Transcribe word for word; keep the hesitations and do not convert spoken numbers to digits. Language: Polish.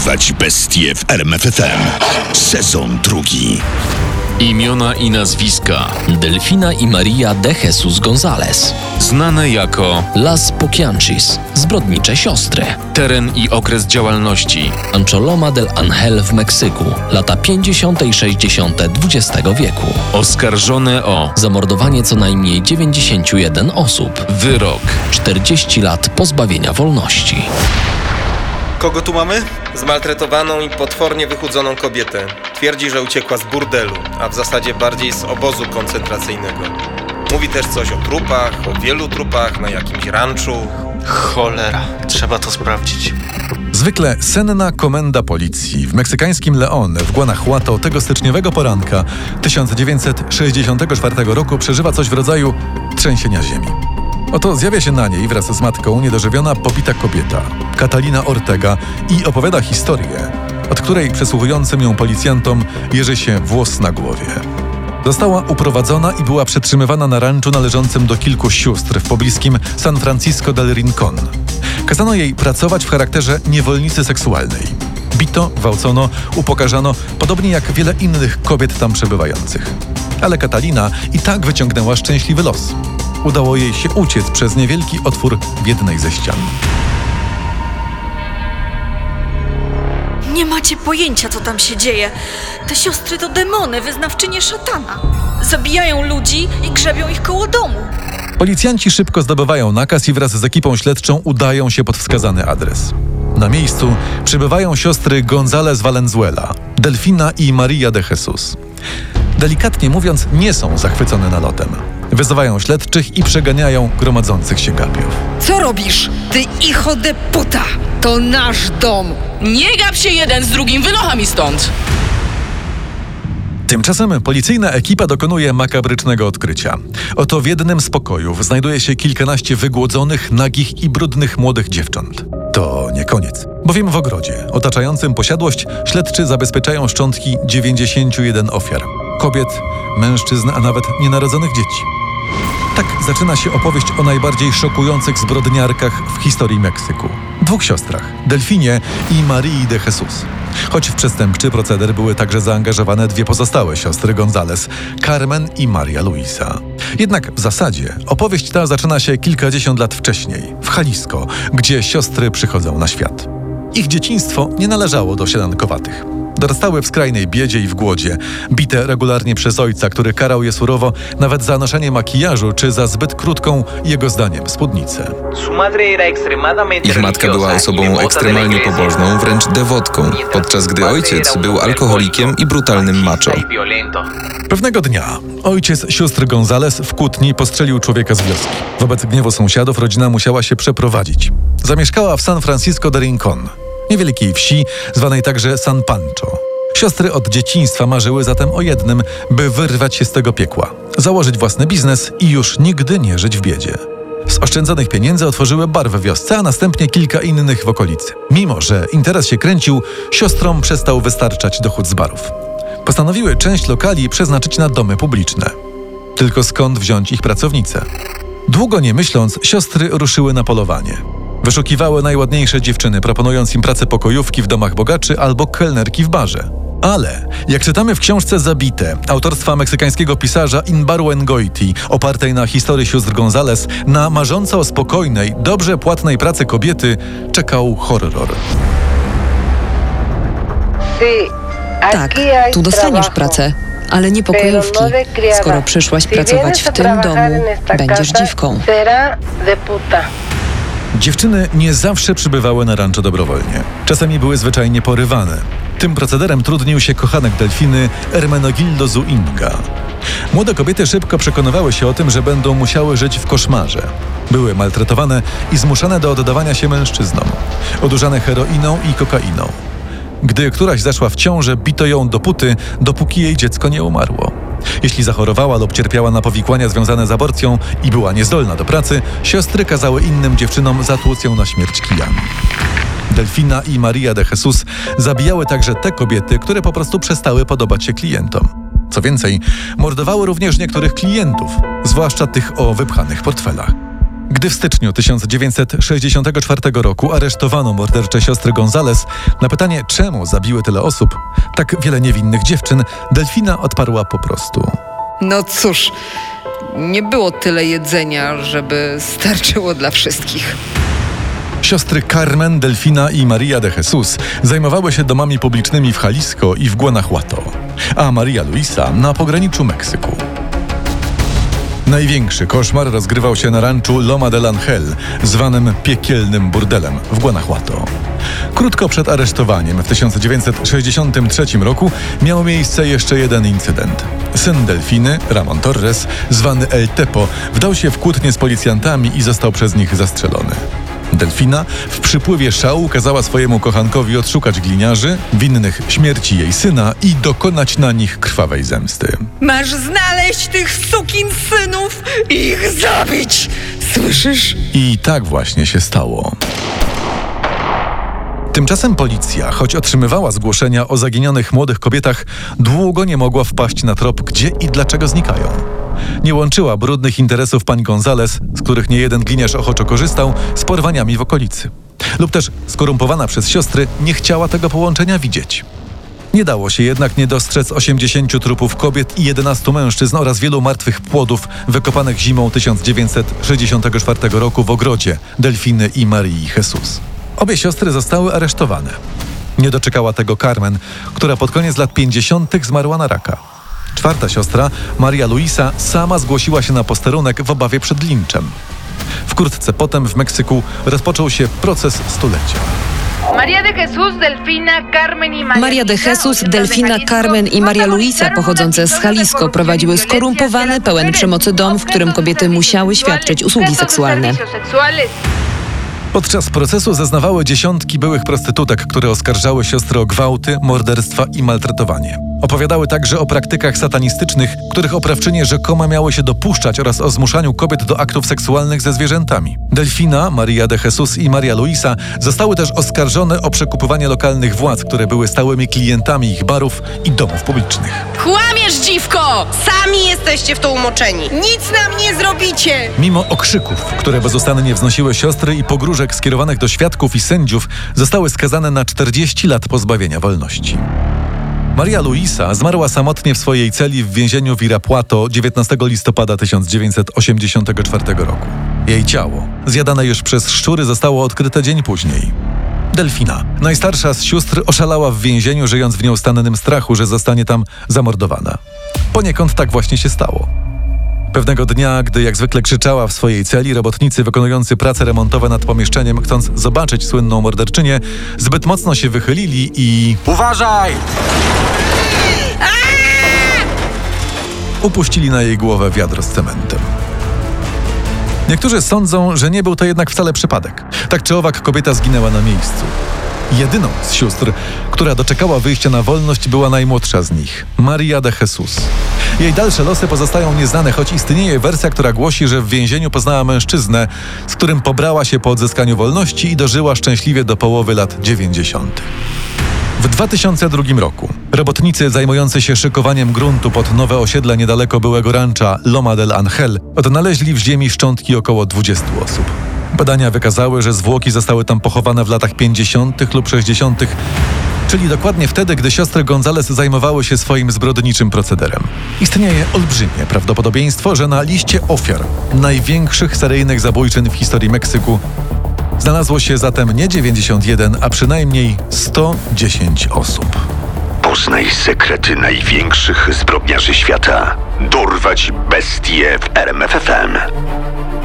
Porywać bestie w R M F F M. Sezon drugi. Imiona i nazwiska: Delfina i Maria de Jesus González, znane jako Las Poquianchis, zbrodnicze siostry. Teren i okres działalności: Ancholoma del Ángel w Meksyku, lata pięćdziesiąte i sześćdziesiąte dwudziestego wieku. Oskarżone o zamordowanie co najmniej dziewięćdziesięciu jeden osób. Wyrok: czterdzieści lat pozbawienia wolności. Kogo tu mamy? Zmaltretowaną i potwornie wychudzoną kobietę. Twierdzi, że uciekła z burdelu, a w zasadzie bardziej z obozu koncentracyjnego. Mówi też coś o trupach, o wielu trupach na jakimś ranczu. Cholera, trzeba to sprawdzić. Zwykle senna komenda policji w meksykańskim León w Guanajuato tego styczniowego poranka tysiąc dziewięćset sześćdziesiątego czwartego roku przeżywa coś w rodzaju trzęsienia ziemi. Oto zjawia się na niej wraz z matką niedożywiona, pobita kobieta, Catalina Ortega, i opowiada historię, od której przesłuchującym ją policjantom jeży się włos na głowie. Została uprowadzona i była przetrzymywana na ranczu należącym do kilku sióstr w pobliskim San Francisco del Rincón. Kazano jej pracować w charakterze niewolnicy seksualnej. Bito, gwałcono, upokarzano, podobnie jak wiele innych kobiet tam przebywających. Ale Catalina i tak wyciągnęła szczęśliwy los. Udało jej się uciec przez niewielki otwór w jednej ze ścian. Nie macie pojęcia, co tam się dzieje. Te siostry to demony, wyznawczynie szatana. Zabijają ludzi i grzebią ich koło domu. Policjanci szybko zdobywają nakaz i wraz z ekipą śledczą udają się pod wskazany adres. Na miejscu przybywają siostry González Valenzuela, Delfina i Maria de Jesus. Delikatnie mówiąc, nie są zachwycone nalotem. Wyzywają śledczych i przeganiają gromadzących się gapiów. Co robisz? Ty hijo de puta! To nasz dom! Nie gap się jeden z drugim, wynocha mi stąd! Tymczasem policyjna ekipa dokonuje makabrycznego odkrycia. Oto w jednym z pokojów znajduje się kilkanaście wygłodzonych, nagich i brudnych młodych dziewcząt. To nie koniec, bowiem w ogrodzie otaczającym posiadłość śledczy zabezpieczają szczątki dziewięćdziesięciu jeden ofiar. Kobiet, mężczyzn, a nawet nienarodzonych dzieci. Tak zaczyna się opowieść o najbardziej szokujących zbrodniarkach w historii Meksyku. Dwóch siostrach, Delfinie i Marii de Jesus. Choć w przestępczy proceder były także zaangażowane dwie pozostałe siostry González, Carmen i Maria Luisa. Jednak w zasadzie opowieść ta zaczyna się kilkadziesiąt lat wcześniej, w Jalisco, gdzie siostry przychodzą na świat. Ich dzieciństwo nie należało do siadankowatych. Dorastały w skrajnej biedzie i w głodzie, bite regularnie przez ojca, który karał je surowo nawet za noszenie makijażu czy za zbyt krótką, jego zdaniem, spódnicę. Ich matka była osobą ekstremalnie pobożną, wręcz dewotką, podczas gdy ojciec był alkoholikiem i brutalnym macho. Pewnego dnia ojciec sióstr González w kłótni postrzelił człowieka z wioski. Wobec gniewu sąsiadów rodzina musiała się przeprowadzić. Zamieszkała w San Francisco del Rincón, niewielkiej wsi, zwanej także San Pancho. Siostry od dzieciństwa marzyły zatem o jednym, by wyrwać się z tego piekła, założyć własny biznes i już nigdy nie żyć w biedzie. Z oszczędzonych pieniędzy otworzyły bar we wiosce, a następnie kilka innych w okolicy. Mimo że interes się kręcił, siostrom przestał wystarczać dochód z barów. Postanowiły część lokali przeznaczyć na domy publiczne. Tylko skąd wziąć ich pracownice? Długo nie myśląc, siostry ruszyły na polowanie. Wyszukiwały najładniejsze dziewczyny, proponując im pracę pokojówki w domach bogaczy albo kelnerki w barze. Ale, jak czytamy w książce Zabite, autorstwa meksykańskiego pisarza Ibargüengoiti, opartej na historii sióstr González, na marząco o spokojnej, dobrze płatnej pracy kobiety czekał horror. Tak, tu dostaniesz pracę, ale nie pokojówki. Skoro przyszłaś pracować w tym domu, będziesz dziwką. Dziewczyny nie zawsze przybywały na ranczo dobrowolnie. Czasami były zwyczajnie porywane. Tym procederem trudnił się kochanek Delfiny, Hermenegildo Zúñiga. Młode kobiety szybko przekonywały się o tym, że będą musiały żyć w koszmarze. Były maltretowane i zmuszane do oddawania się mężczyznom, odurzane heroiną i kokainą. Gdy któraś zaszła w ciążę, bito ją do puty, dopóki jej dziecko nie umarło. Jeśli zachorowała lub cierpiała na powikłania związane z aborcją i była niezdolna do pracy, siostry kazały innym dziewczynom zatłuc ją na śmierć kijami. Delfina i Maria de Jesus zabijały także te kobiety, które po prostu przestały podobać się klientom. Co więcej, mordowały również niektórych klientów, zwłaszcza tych o wypchanych portfelach. Gdy w styczniu tysiąc dziewięćset sześćdziesiątego czwartego roku aresztowano mordercze siostry Gonzales, na pytanie, czemu zabiły tyle osób, tak wiele niewinnych dziewczyn, Delfina odparła po prostu: No cóż, nie było tyle jedzenia, żeby starczyło dla wszystkich. Siostry Carmen, Delfina i Maria de Jesus zajmowały się domami publicznymi w Jalisco i w Guanajuato, a Maria Luisa na pograniczu Meksyku. Największy koszmar rozgrywał się na ranczu Loma del Angel, zwanym piekielnym burdelem w Guanajuato. Krótko przed aresztowaniem w tysiąc dziewięćset sześćdziesiątym trzecim roku miał miejsce jeszcze jeden incydent. Syn Delfiny, Ramon Torres, zwany El Tepo, wdał się w kłótnię z policjantami i został przez nich zastrzelony. Delfina w przypływie szału kazała swojemu kochankowi odszukać gliniarzy, winnych śmierci jej syna i dokonać na nich krwawej zemsty. Masz znaleźć tych sukinsynów i ich zabić! Słyszysz? I tak właśnie się stało. Tymczasem policja, choć otrzymywała zgłoszenia o zaginionych młodych kobietach, długo nie mogła wpaść na trop, gdzie i dlaczego znikają. Nie łączyła brudnych interesów pań Gonzales, z których niejeden gliniarz ochoczo korzystał, z porwaniami w okolicy. Lub też skorumpowana przez siostry nie chciała tego połączenia widzieć. Nie dało się jednak nie dostrzec osiemdziesięciu trupów kobiet i jedenastu mężczyzn oraz wielu martwych płodów wykopanych zimą tysiąc dziewięćset sześćdziesiątego czwartego roku w ogrodzie Delfiny i Marii Jesus. Obie siostry zostały aresztowane. Nie doczekała tego Carmen, która pod koniec lat pięćdziesiątych zmarła na raka. Czwarta siostra, Maria Luisa, sama zgłosiła się na posterunek w obawie przed linczem. Wkrótce potem w Meksyku rozpoczął się proces stulecia. Maria de Jesus, Delfina, Carmen i Maria, Maria de Jesus, Delfina, Carmen i Maria Luisa, pochodzące z Jalisco, prowadziły skorumpowany, pełen przemocy dom, w którym kobiety musiały świadczyć usługi seksualne. Podczas procesu zeznawały dziesiątki byłych prostytutek, które oskarżały siostry o gwałty, morderstwa i maltretowanie. Opowiadały także o praktykach satanistycznych, których oprawczynie rzekomo miały się dopuszczać, oraz o zmuszaniu kobiet do aktów seksualnych ze zwierzętami. Delfina, Maria de Jesus i Maria Luisa zostały też oskarżone o przekupywanie lokalnych władz, które były stałymi klientami ich barów i domów publicznych. Kłamiesz, dziwko! Sami jesteście w to umoczeni. Nic nam nie zrobicie! Mimo okrzyków, które bezustannie wznosiły siostry, i pogróżek skierowanych do świadków i sędziów, zostały skazane na czterdzieści lat pozbawienia wolności. Maria Luisa zmarła samotnie w swojej celi w więzieniu w Irapuato dziewiętnastego listopada tysiąc dziewięćset osiemdziesiątego czwartego roku. Jej ciało, zjadane już przez szczury, zostało odkryte dzień później. Delfina, najstarsza z sióstr, oszalała w więzieniu, żyjąc w nieustannym strachu, że zostanie tam zamordowana. Poniekąd tak właśnie się stało. Pewnego dnia, gdy jak zwykle krzyczała w swojej celi, robotnicy wykonujący prace remontowe nad pomieszczeniem, chcąc zobaczyć słynną morderczynię, zbyt mocno się wychylili i... Uważaj! upuścili na jej głowę wiadro z cementem. Niektórzy sądzą, że nie był to jednak wcale przypadek. Tak czy owak, kobieta zginęła na miejscu. Jedyną z sióstr, która doczekała wyjścia na wolność, była najmłodsza z nich, Maria de Jesus. Jej dalsze losy pozostają nieznane, choć istnieje wersja, która głosi, że w więzieniu poznała mężczyznę, z którym pobrała się po odzyskaniu wolności i dożyła szczęśliwie do połowy lat dziewięćdziesiątych. W dwa tysiące drugim roku robotnicy zajmujący się szykowaniem gruntu pod nowe osiedle niedaleko byłego rancza Loma del Angel odnaleźli w ziemi szczątki około dwudziestu osób. Badania wykazały, że zwłoki zostały tam pochowane w latach pięćdziesiątych lub sześćdziesiątych, czyli dokładnie wtedy, gdy siostry Gonzales zajmowały się swoim zbrodniczym procederem. Istnieje olbrzymie prawdopodobieństwo, że na liście ofiar największych seryjnych zabójczyn w historii Meksyku znalazło się zatem nie dziewięćdziesiąt jeden, a przynajmniej sto dziesięć osób. Poznaj sekrety największych zbrodniarzy świata. Dorwać bestie w R M F F M.